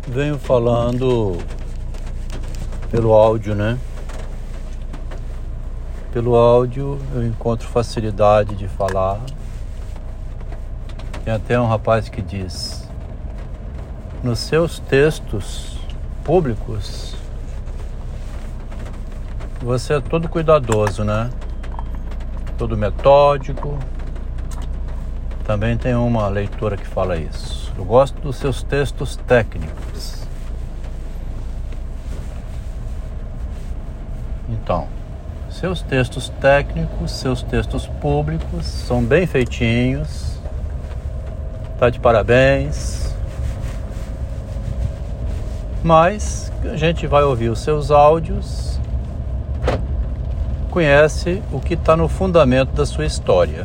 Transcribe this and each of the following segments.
Venho falando pelo áudio, né? Pelo áudio eu encontro facilidade de falar. Tem até um rapaz que diz: nos seus textos públicos você é todo cuidadoso, né? Todo metódico. Também tem uma leitura que fala isso. Eu gosto dos seus textos técnicos. Então, seus textos técnicos, seus textos públicos são bem feitinhos. Tá de parabéns. Mas a gente vai ouvir os seus áudios, conhece o que está no fundamento da sua história.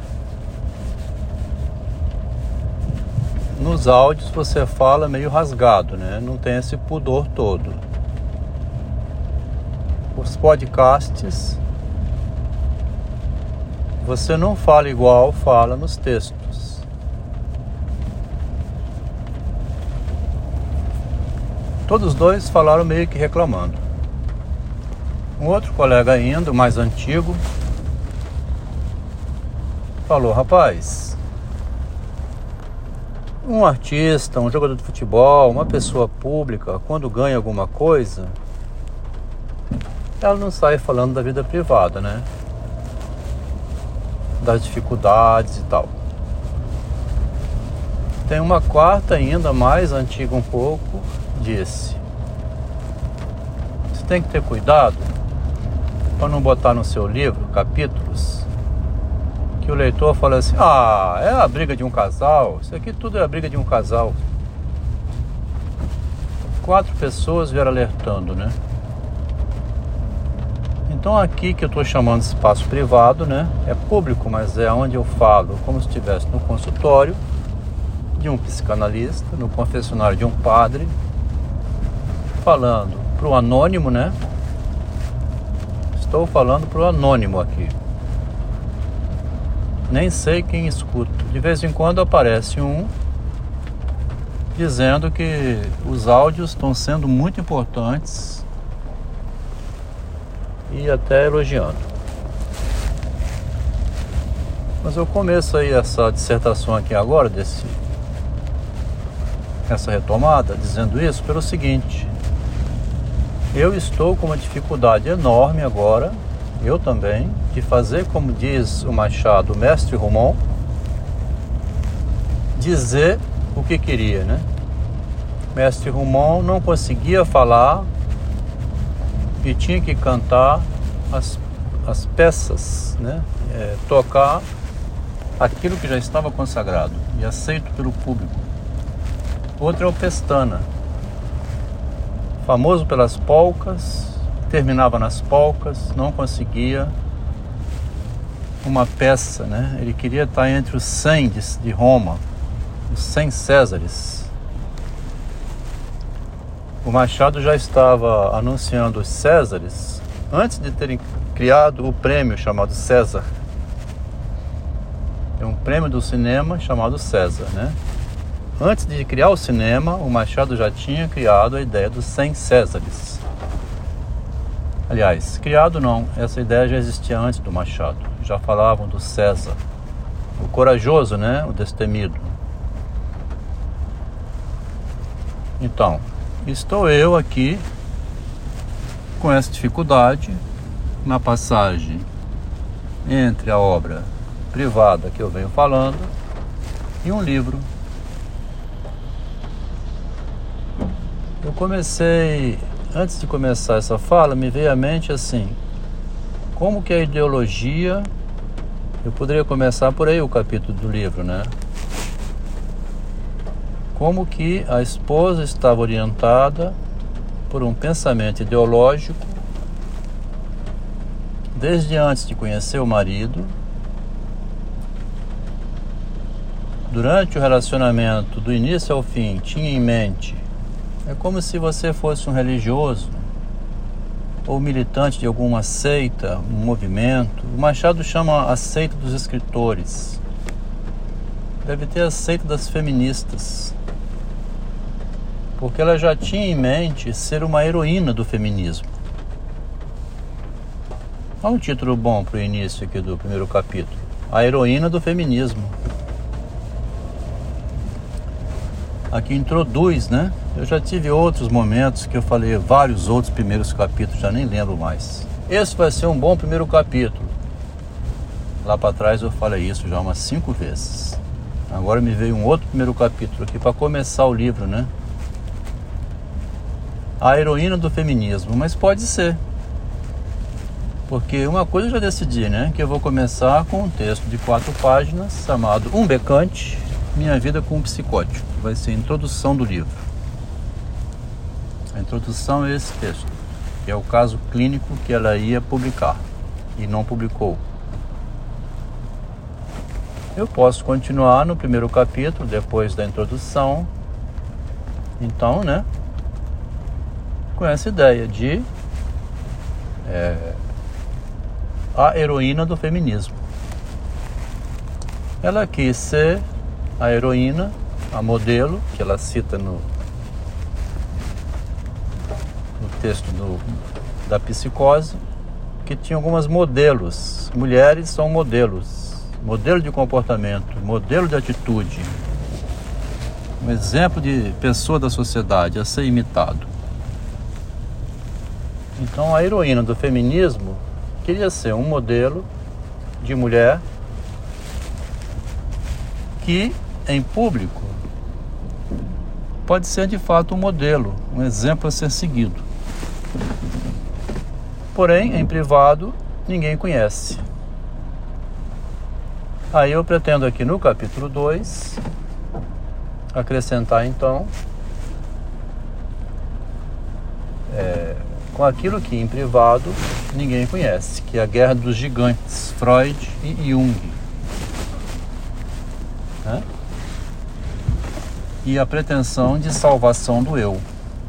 Nos áudios você fala meio rasgado, né? Não tem esse pudor todo. Os podcasts, você não fala igual fala nos textos. Todos dois falaram meio que reclamando. Um outro colega ainda, o mais antigo, falou: rapaz, um artista, um jogador de futebol, uma pessoa pública, quando ganha alguma coisa, ela não sai falando da vida privada, né? Das dificuldades e tal. Tem uma quarta ainda, mais antiga um pouco, disse: você tem que ter cuidado para não botar no seu livro capítulos que o leitor fala assim: ah, é a briga de um casal, isso aqui tudo é a briga de um casal. 4 pessoas vieram alertando, né? Então aqui que eu estou chamando de espaço privado, né? É público, mas é onde eu falo como se estivesse no consultório de um psicanalista, no confessionário de um padre, falando para o anônimo, né? Estou falando para o anônimo aqui. Nem sei quem escuta. De vez em quando aparece um dizendo que os áudios estão sendo muito importantes e até elogiando. Mas eu começo aí essa dissertação aqui agora, essa retomada, dizendo isso pelo seguinte: eu estou com uma dificuldade enorme agora, eu também, de fazer, como diz o Machado, o mestre Rumon, dizer o que queria, né? Mestre Rumon não conseguia falar e tinha que cantar as peças, né? Tocar aquilo que já estava consagrado e aceito pelo público. Outro é o Pestana, famoso pelas polcas, terminava nas polcas, não conseguia uma peça, né? Ele queria estar entre os 100 de Roma, os 100 Césares. O Machado já estava anunciando os Césares antes de terem criado o prêmio chamado César. É um prêmio do cinema chamado César, né? Antes de criar o cinema, o Machado já tinha criado a ideia dos 100 Césares. Aliás, criado não, essa ideia já existia antes do Machado. Já falavam do César, o corajoso, né? O destemido. Então, estou eu aqui com essa dificuldade na passagem entre a obra privada que eu venho falando e um livro. Eu comecei, antes de começar essa fala, me veio à mente assim: como que a ideologia, eu poderia começar por aí o capítulo do livro, né? Como que a esposa estava orientada por um pensamento ideológico desde antes de conhecer o marido, durante o relacionamento, do início ao fim, tinha em mente. É como se você fosse um religioso ou militante de alguma seita, um movimento. O Machado chama a seita dos escritores. Deve ter a seita das feministas. porque ela já tinha em mente ser uma heroína do feminismo. Olha um título bom para o início aqui do primeiro capítulo: A Heroína do Feminismo. Aqui introduz, né? Eu já tive outros momentos que eu falei vários outros primeiros capítulos, já nem lembro mais. Esse vai ser um bom primeiro capítulo. Lá para trás eu falei isso já umas 5 vezes. Agora me veio um outro primeiro capítulo aqui para começar o livro, né? A Heroína do Feminismo. Mas pode ser. Porque uma coisa eu já decidi, né? Que eu vou começar com um texto de 4 páginas chamado Um Becante, Minha Vida com um Psicótico. Vai ser a introdução do livro. A introdução é esse texto, que é o caso clínico que ela ia publicar e não publicou. Eu posso continuar no primeiro capítulo, depois da introdução. Então, né? Com essa ideia de a heroína do feminismo. Ela quis ser a heroína, a modelo, que ela cita no texto da Psicose, que tinha algumas modelos. Mulheres são modelos. Modelo de comportamento, modelo de atitude. Um exemplo de pessoa da sociedade a ser imitado. Então a heroína do feminismo queria ser um modelo de mulher que, em público, pode ser de fato um modelo, um exemplo a ser seguido. Porém, em privado, ninguém conhece. Aí eu pretendo aqui no capítulo 2 acrescentar então com aquilo que em privado ninguém conhece, que é a Guerra dos Gigantes, Freud e Jung, né? E a pretensão de salvação do eu.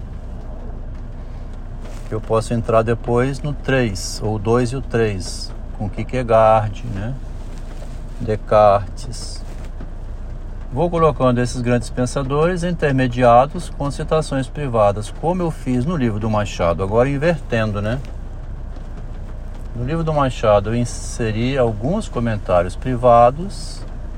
Eu posso entrar depois no 3, ou 2 e o 3, com Kierkegaard, né? Descartes. Vou colocando esses grandes pensadores intermediados com citações privadas, como eu fiz no livro do Machado, agora invertendo, né? No livro do Machado eu inseri alguns comentários privados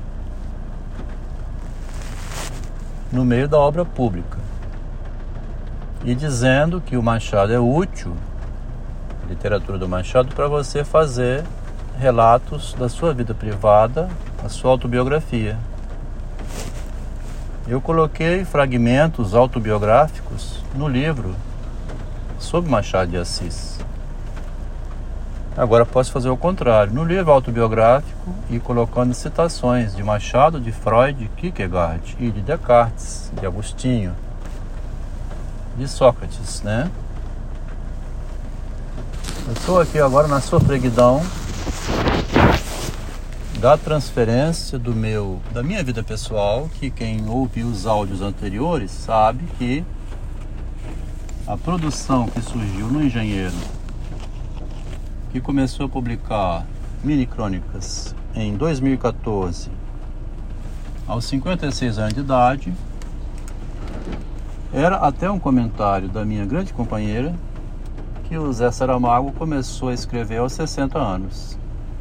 no meio da obra pública, e dizendo que o Machado é útil, a literatura do Machado, para você fazer relatos da sua vida privada, a sua autobiografia. Eu coloquei fragmentos autobiográficos no livro sobre Machado de Assis. Agora posso fazer o contrário, no livro autobiográfico, e colocando citações de Machado, de Freud, de Kierkegaard e de Descartes, de Agostinho, de Sócrates, né? Eu estou aqui agora na sofreguidão da transferência da minha vida pessoal, que quem ouviu os áudios anteriores sabe que a produção que surgiu no Engenheiro, que começou a publicar mini crônicas em 2014, aos 56 anos de idade, era até um comentário da minha grande companheira que o Zé Saramago começou a escrever aos 60 anos.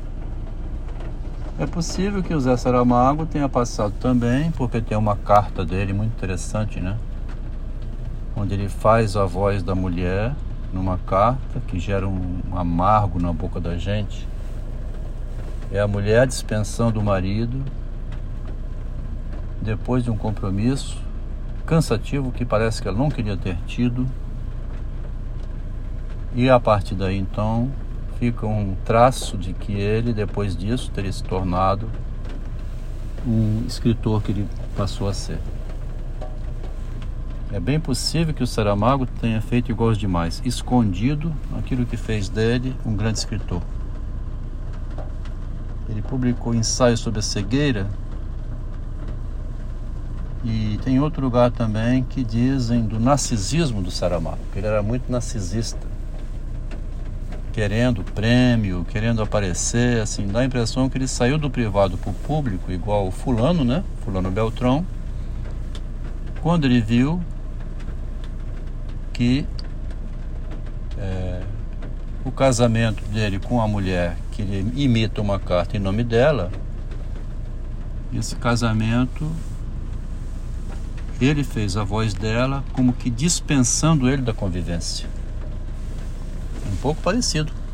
É possível que o Zé Saramago tenha passado também, porque tem uma carta dele muito interessante, né? Onde ele faz a voz da mulher numa carta que gera um amargo na boca da gente. É a mulher dispensando o marido depois de um compromisso cansativo que parece que ela não queria ter tido. E a partir daí, então, fica um traço de que ele, depois disso, teria se tornado um escritor que ele passou a ser. É bem possível que o Saramago tenha feito igual aos demais, escondido aquilo que fez dele um grande escritor. Ele publicou ensaios sobre a cegueira, e tem outro lugar também que dizem do narcisismo do Saramago, que ele era muito narcisista, querendo prêmio, querendo aparecer, assim, dá a impressão que ele saiu do privado para o público, igual o fulano, né? Fulano Beltrão, quando ele viu que o casamento dele com a mulher, que ele imita uma carta em nome dela, esse casamento, ele fez a voz dela como que dispensando ele da convivência. Um pouco parecido.